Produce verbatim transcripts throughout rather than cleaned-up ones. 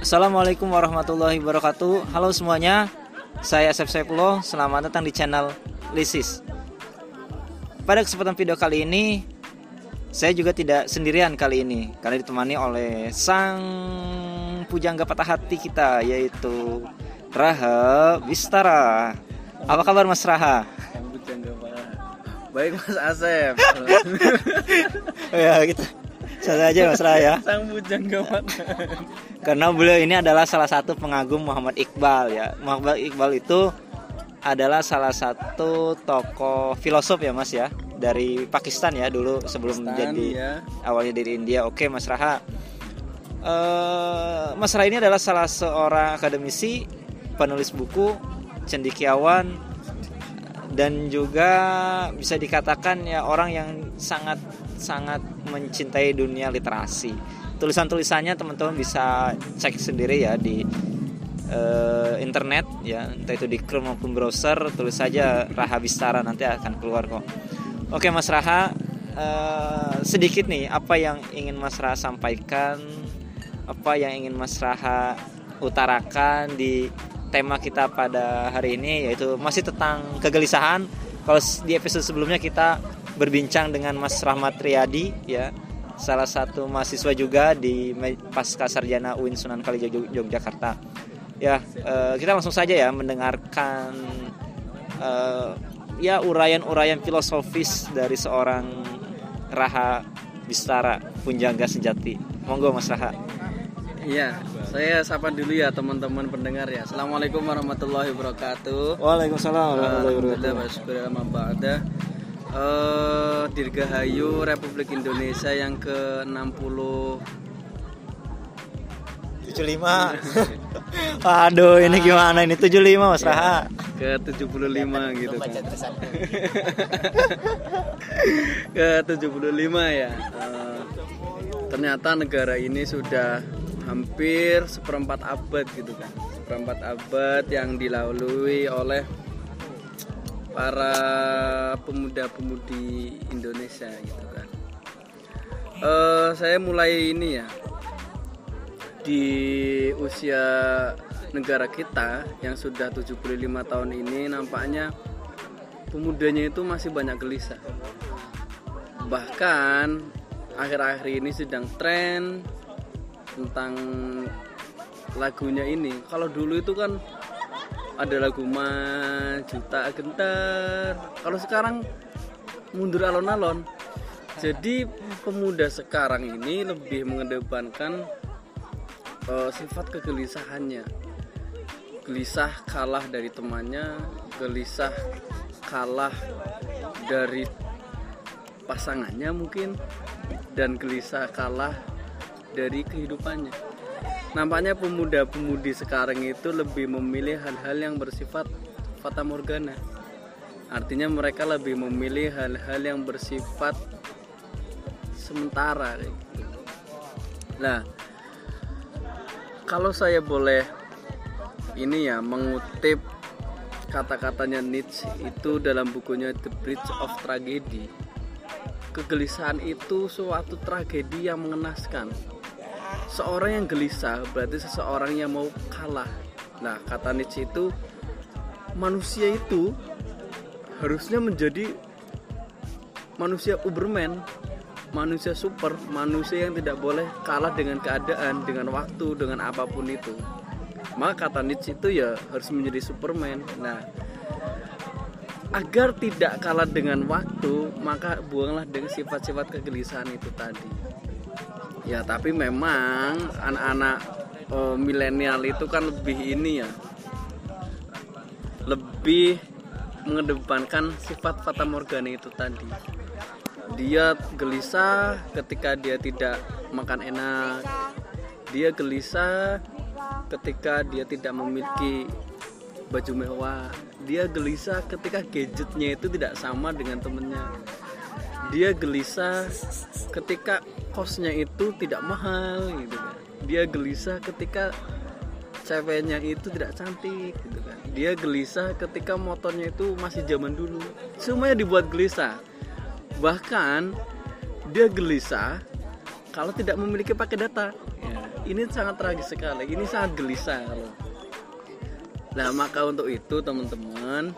Assalamualaikum warahmatullahi wabarakatuh. Halo semuanya, saya Asep Saifullah. Selamat datang di channel Lisis. Pada kesempatan video kali ini, saya juga tidak sendirian kali ini, karena ditemani oleh sang pujangga patah hati kita, yaitu Raha Bistara. Apa kabar Mas Raha? Sang pujangga patah. Baik Mas Asep. Ya gitu. Saya aja Mas Raha ya. Sang pujangga patah. Karena beliau ini adalah salah satu pengagum Muhammad Iqbal ya. Muhammad Iqbal itu adalah salah satu tokoh filosof ya Mas ya, dari Pakistan ya dulu sebelum Pakistan, menjadi ya. Awalnya dari India. Oke Mas Raha, uh, Mas Raha ini adalah salah seorang akademisi, penulis buku, cendekiawan, dan juga bisa dikatakan ya orang yang sangat sangat mencintai dunia literasi. Tulisan-tulisannya teman-teman bisa cek sendiri ya di uh, internet ya, entah itu di Chrome maupun browser, tulis saja Raha Bistara, nanti akan keluar kok. Oke Mas Raha, uh, sedikit nih apa yang ingin Mas Raha sampaikan, apa yang ingin Mas Raha utarakan di tema kita pada hari ini, yaitu masih tentang kegelisahan. Kalau di episode sebelumnya kita berbincang dengan Mas Rahmat Riyadi ya, salah satu mahasiswa juga di Pasca Sarjana U I N Sunan Kalijaga Yogyakarta. Ya, eh, kita langsung saja ya mendengarkan eh, ya uraian-uraian filosofis dari seorang Raha Bistara, pujangga sejati. Monggo Mas Raha. Iya, saya sapa dulu ya teman-teman pendengar ya. Assalamualaikum warahmatullahi wabarakatuh. Waalaikumsalam warahmatullahi Alhamdulillah wasyukurillah. Uh, Dirgahayu Republik Indonesia yang ke enam puluh tujuh puluh lima. Waduh, ini gimana ini tujuh puluh lima Mas Raha? Ke tujuh puluh lima gitu kan. Ke tujuh puluh lima ya. Uh, ternyata negara ini sudah hampir seperempat abad gitu kan. Seperempat abad yang dilalui oleh para pemuda-pemudi Indonesia gitu kan. Uh, saya mulai ini ya di usia negara kita yang sudah tujuh puluh lima tahun ini, nampaknya pemudanya itu masih banyak gelisah. Bahkan akhir-akhir ini sedang tren tentang lagunya ini. Kalau dulu itu kan ada lagu Majuta Gentar. Kalau sekarang mundur alon-alon. Jadi pemuda sekarang ini lebih mengedepankan uh, sifat kegelisahannya. Gelisah kalah dari temannya, gelisah kalah dari pasangannya mungkin, dan gelisah kalah dari kehidupannya. Nampaknya pemuda-pemudi sekarang itu lebih memilih hal-hal yang bersifat fata morgana. Artinya mereka lebih memilih hal-hal yang bersifat sementara. Nah, kalau saya boleh ini ya mengutip kata-katanya Nietzsche itu dalam bukunya The Bridge of Tragedy. Kegelisahan itu suatu tragedi yang mengenaskan. Seorang yang gelisah berarti seseorang yang mau kalah. Nah, kata Nietzsche itu manusia itu harusnya menjadi manusia Uberman, manusia super, manusia yang tidak boleh kalah dengan keadaan, dengan waktu, dengan apapun itu. Maka kata Nietzsche itu ya harus menjadi Superman. Nah, agar tidak kalah dengan waktu, maka buanglah dengan sifat-sifat kegelisahan itu tadi. Ya, tapi memang anak-anak oh, milenial itu kan lebih ini ya, lebih mengedepankan sifat fata morgana itu tadi. Dia gelisah ketika dia tidak makan enak. Dia gelisah ketika dia tidak memiliki baju mewah. Dia gelisah ketika gadgetnya itu tidak sama dengan temennya. Dia gelisah ketika kosnya itu tidak mahal gitu kan. Dia gelisah ketika ceweknya itu tidak cantik gitu kan. Dia gelisah ketika motornya itu masih zaman dulu. Semuanya dibuat gelisah. Bahkan dia gelisah kalau tidak memiliki pakai data ya. ini sangat tragis sekali, ini sangat gelisah loh. Nah maka untuk itu teman-teman,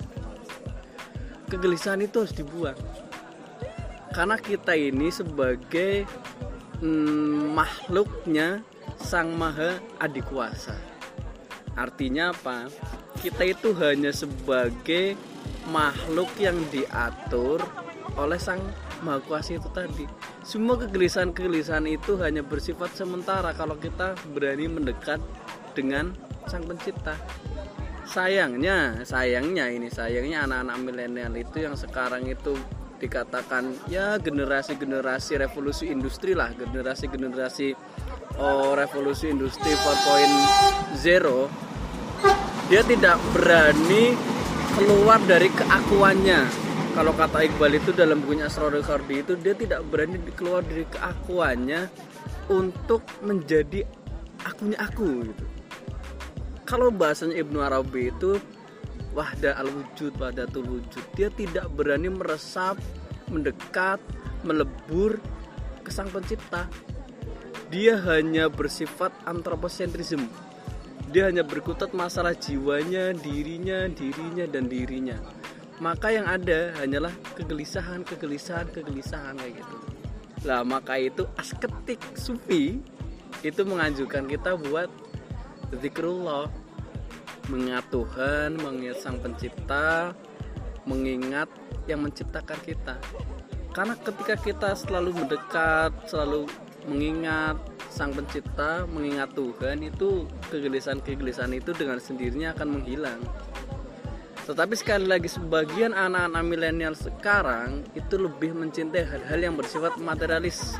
kegelisahan itu harus dibuang. Karena kita ini sebagai mm, makhluknya Sang Maha Adikuasa. Artinya apa? Kita itu hanya sebagai makhluk yang diatur oleh Sang Maha Kuasa itu tadi. Semua kegelisahan-kegelisahan itu hanya bersifat sementara kalau kita berani mendekat dengan Sang Pencipta. Sayangnya, sayangnya ini sayangnya anak-anak milenial itu yang sekarang itu dikatakan ya generasi-generasi revolusi industri lah, generasi-generasi oh, revolusi industri empat titik nol. Dia tidak berani keluar dari keakuannya. Kalau kata Iqbal itu dalam bukunya Asrarul Qardi itu, dia tidak berani keluar dari keakuannya untuk menjadi akunya aku gitu. Kalau bahasanya Ibnu Arabi itu wahda al-wujud, wahdatul wujud. Dia tidak berani meresap, mendekat, melebur ke Sang Pencipta. Dia hanya bersifat antroposentrisme. Dia hanya berkutat masalah jiwanya, dirinya, dirinya, dan dirinya. Maka yang ada hanyalah kegelisahan, kegelisahan, kegelisahan kayak gitu. Lah maka itu asketik sufi itu menganjurkan kita buat zikrullah, mengingat Tuhan, mengingat Sang Pencipta, mengingat yang menciptakan kita. Karena ketika kita selalu mendekat, selalu mengingat Sang Pencipta, mengingat Tuhan, itu kegelisahan-kegelisahan itu dengan sendirinya akan menghilang. Tetapi sekali lagi sebagian anak-anak milenial sekarang itu lebih mencintai hal-hal yang bersifat materialis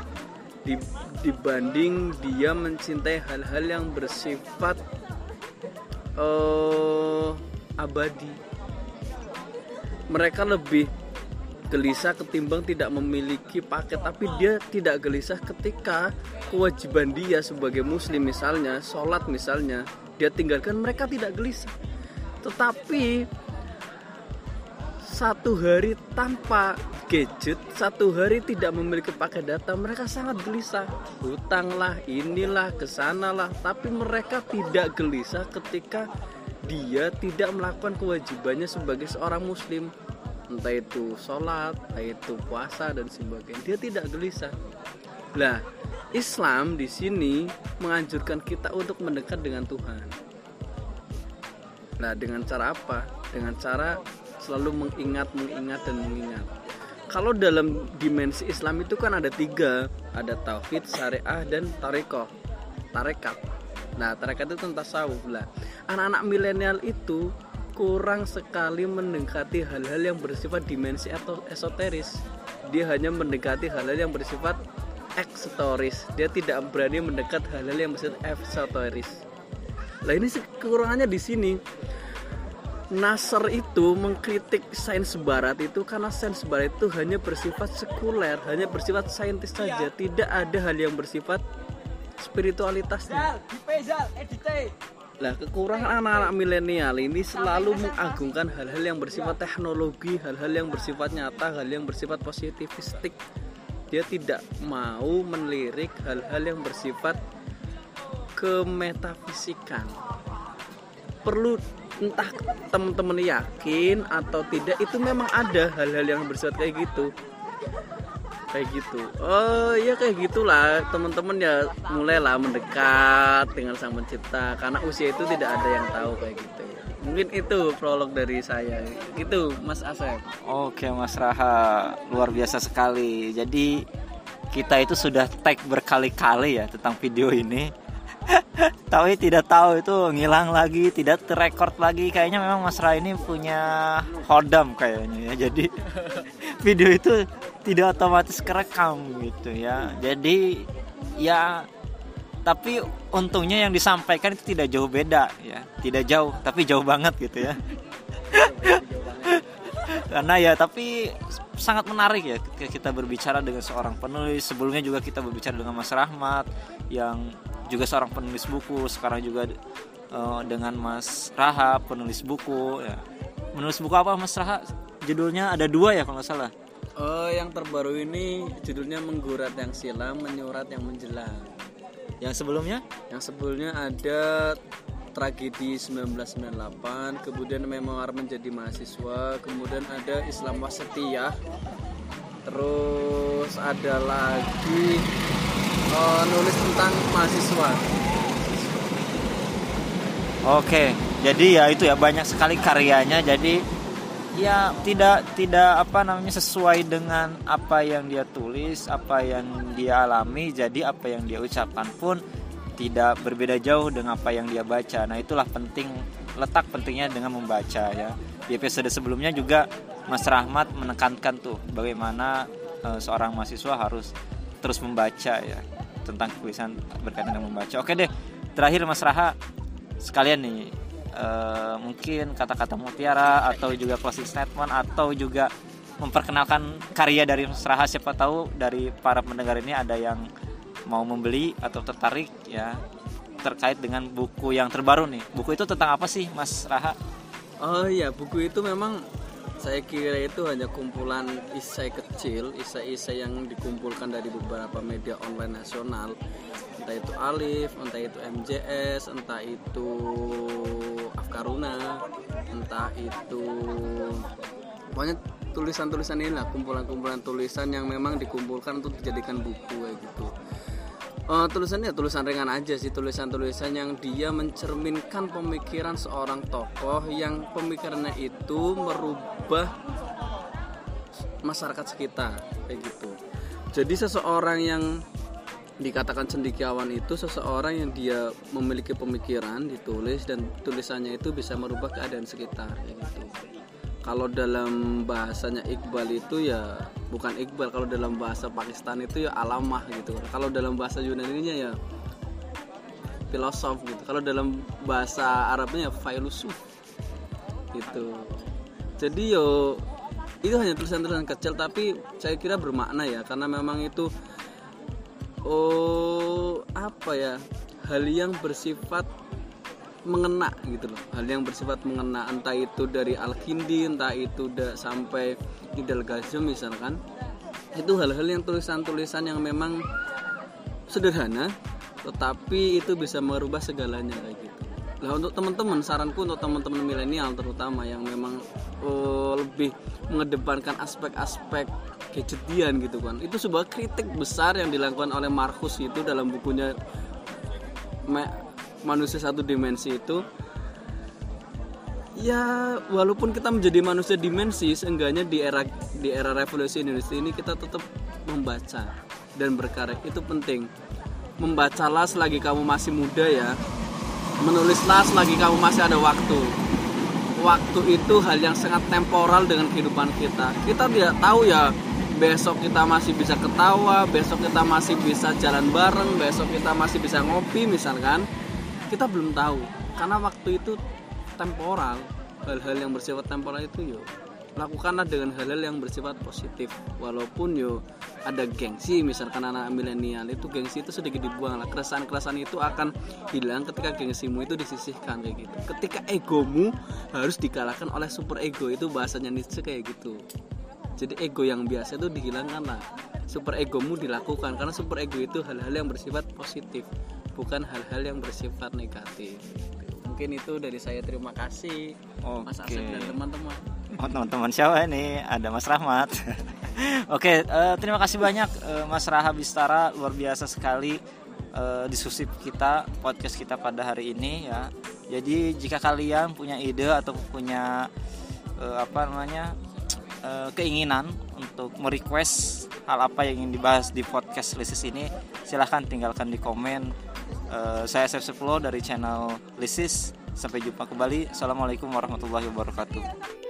dibanding dia mencintai hal-hal yang bersifat uh, abadi. Mereka lebih gelisah ketimbang tidak memiliki paket, tapi dia tidak gelisah ketika kewajiban dia sebagai muslim misalnya, sholat misalnya, dia tinggalkan, mereka tidak gelisah. Tetapi satu hari tanpa gadget, satu hari tidak memiliki paket data, mereka sangat gelisah. Hutanglah, inilah, kesanalah, tapi mereka tidak gelisah ketika dia tidak melakukan kewajibannya sebagai seorang muslim, entah itu sholat, entah itu puasa dan sebagainya. Dia tidak gelisah. Nah, Islam di sini menganjurkan kita untuk mendekat dengan Tuhan. Nah, dengan cara apa? Dengan cara selalu mengingat, mengingat, dan mengingat. Kalau dalam dimensi Islam itu kan ada tiga, ada tauhid, syariah, dan tarekoh, tarekat. Nah, tarekat itu tentang tasawuf lah. Anak-anak milenial itu kurang sekali mendekati hal-hal yang bersifat dimensi atau esoteris. Dia hanya mendekati hal-hal yang bersifat eksoteris. Dia tidak berani mendekat hal-hal yang bersifat esoteris. Nah, ini kekurangannya di sini. Nasr itu mengkritik sains barat itu karena sains barat itu hanya bersifat sekuler, hanya bersifat saintis saja, tidak ada hal yang bersifat spiritualitasnya. Lah kekurangan anak-anak milenial ini selalu mengagungkan hal-hal yang bersifat teknologi, hal-hal yang bersifat nyata, hal yang bersifat positivistik. Dia tidak mau melirik hal-hal yang bersifat kemetafisikan. Perlu entah teman-teman yakin atau tidak, itu memang ada hal-hal yang bersifat kayak gitu, kayak gitu. Oh ya kayak gitulah teman-teman ya, mulailah mendekat dengan Sang Pencipta karena usia itu tidak ada yang tahu kayak gitu. Mungkin itu prolog dari saya. Itu Mas Asep. Oke Mas Raha, luar biasa sekali. Jadi kita itu sudah tag berkali-kali ya tentang video ini. Tapi tidak tahu itu ngilang lagi, tidak terrekord lagi. Kayaknya memang Mas Ra ini punya hodam kayaknya ya. Jadi video itu tidak otomatis kerekam gitu ya. Jadi ya, tapi untungnya yang disampaikan itu tidak jauh beda ya. Tidak jauh, tapi jauh banget gitu ya. Karena ya tapi sangat menarik ya ketika kita berbicara dengan seorang penulis. Sebelumnya juga kita berbicara dengan Mas Rahmat yang juga seorang penulis buku, sekarang juga uh, dengan Mas Raha penulis buku ya. Menulis buku apa Mas Raha? Judulnya ada dua ya kalau nggak salah. Oh, yang terbaru ini judulnya Menggurat yang Silam, Menyurat yang Menjelang. Yang sebelumnya? Yang sebelumnya ada Tragedi sembilan belas sembilan puluh delapan, kemudian Memoir Menjadi Mahasiswa, kemudian ada Islam Wasatiyah, terus ada lagi uh, nulis tentang mahasiswa. Oke, jadi ya itu ya banyak sekali karyanya. Jadi ya tidak tidak apa namanya sesuai dengan apa yang dia tulis, apa yang dia alami. Jadi apa yang dia ucapkan pun tidak berbeda jauh dengan apa yang dia baca. Nah itulah penting, letak pentingnya dengan membaca ya. Di episode sebelumnya juga Mas Rahmat menekankan tuh bagaimana e, seorang mahasiswa harus terus membaca ya, tentang tulisan berkaitan dengan membaca. Oke deh, terakhir Mas Raha sekalian nih e, mungkin kata-kata mutiara atau juga closing statement atau juga memperkenalkan karya dari Mas Raha. Siapa tahu dari para pendengar ini ada yang mau membeli atau tertarik ya terkait dengan buku yang terbaru nih. Buku itu tentang apa sih Mas Raha? Oh iya, buku itu memang saya kira itu hanya kumpulan isai kecil, isai-isai yang dikumpulkan dari beberapa media online nasional, entah itu Alif, entah itu M J S, entah itu Afkaruna, entah itu pokoknya tulisan-tulisan ini lah, kumpulan-kumpulan tulisan yang memang dikumpulkan untuk dijadikan buku kayak gitu. Uh, tulisannya tulisan ringan aja sih, tulisan-tulisan yang dia mencerminkan pemikiran seorang tokoh yang pemikirannya itu merubah masyarakat sekitar kayak gitu. Jadi seseorang yang dikatakan cendekiawan itu seseorang yang dia memiliki pemikiran ditulis dan tulisannya itu bisa merubah keadaan sekitar kayak gitu. Kalau dalam bahasanya Iqbal itu ya bukan Iqbal, kalau dalam bahasa Pakistan itu ya alamah gitu. Kalau dalam bahasa Yunani-nya ya filosof gitu. Kalau dalam bahasa Arabnya ya filosof gitu. Jadi yo itu hanya tulisan-tulisan kecil tapi saya kira bermakna ya, karena memang itu oh apa ya, hal yang bersifat mengena gitu loh, hal yang bersifat mengena, entah itu dari Al-Kindi, entah itu udah sampai Idal Ghazm misalkan. Itu hal-hal yang tulisan-tulisan yang memang sederhana tetapi itu bisa merubah segalanya kayak gitu. Nah untuk teman-teman, saranku untuk teman-teman milenial terutama yang memang oh, lebih mengedepankan aspek-aspek gadgetian gitu kan, itu sebuah kritik besar yang dilakukan oleh Marcus itu dalam bukunya Manusia Satu Dimensi itu. Ya walaupun kita menjadi manusia dimensi, seenggaknya di era di era revolusi Indonesia ini kita tetap membaca dan berkarya, itu penting. Membacalah selagi kamu masih muda ya, menulislah selagi kamu masih ada waktu. Waktu itu hal yang sangat temporal dengan kehidupan kita. Kita tidak tahu ya, besok kita masih bisa ketawa, besok kita masih bisa jalan bareng, besok kita masih bisa ngopi misalkan. Kita belum tahu, karena waktu itu temporal. Hal-hal yang bersifat temporal itu yo lakukanlah dengan hal-hal yang bersifat positif. Walaupun yo ada gengsi, misalkan anak milenial itu gengsi itu sedikit dibuang lah. Keresahan-keresahan itu akan hilang ketika gengsimu itu disisihkan kayak gitu. Ketika egomu harus dikalahkan oleh super ego, itu bahasanya Nietzsche kayak gitu. Jadi ego yang biasa itu dihilangkan lah, super egomu dilakukan, karena super ego itu hal-hal yang bersifat positif, bukan hal-hal yang bersifat negatif. Mungkin itu dari saya, terima kasih. Oke. Mas Asep dan teman-teman. Oh teman-teman siapa ini? Ada Mas Rahmat. Oke, uh, terima kasih banyak uh, Mas Raha Bistara, luar biasa sekali uh, diskusi kita, podcast kita pada hari ini ya. Jadi jika kalian punya ide atau punya uh, apa namanya uh, keinginan untuk merequest hal apa yang ingin dibahas di podcast Lisis ini, silahkan tinggalkan di komen. Uh, saya Asep Sepuluh dari channel Lisis. Sampai jumpa kembali. Assalamualaikum warahmatullahi wabarakatuh.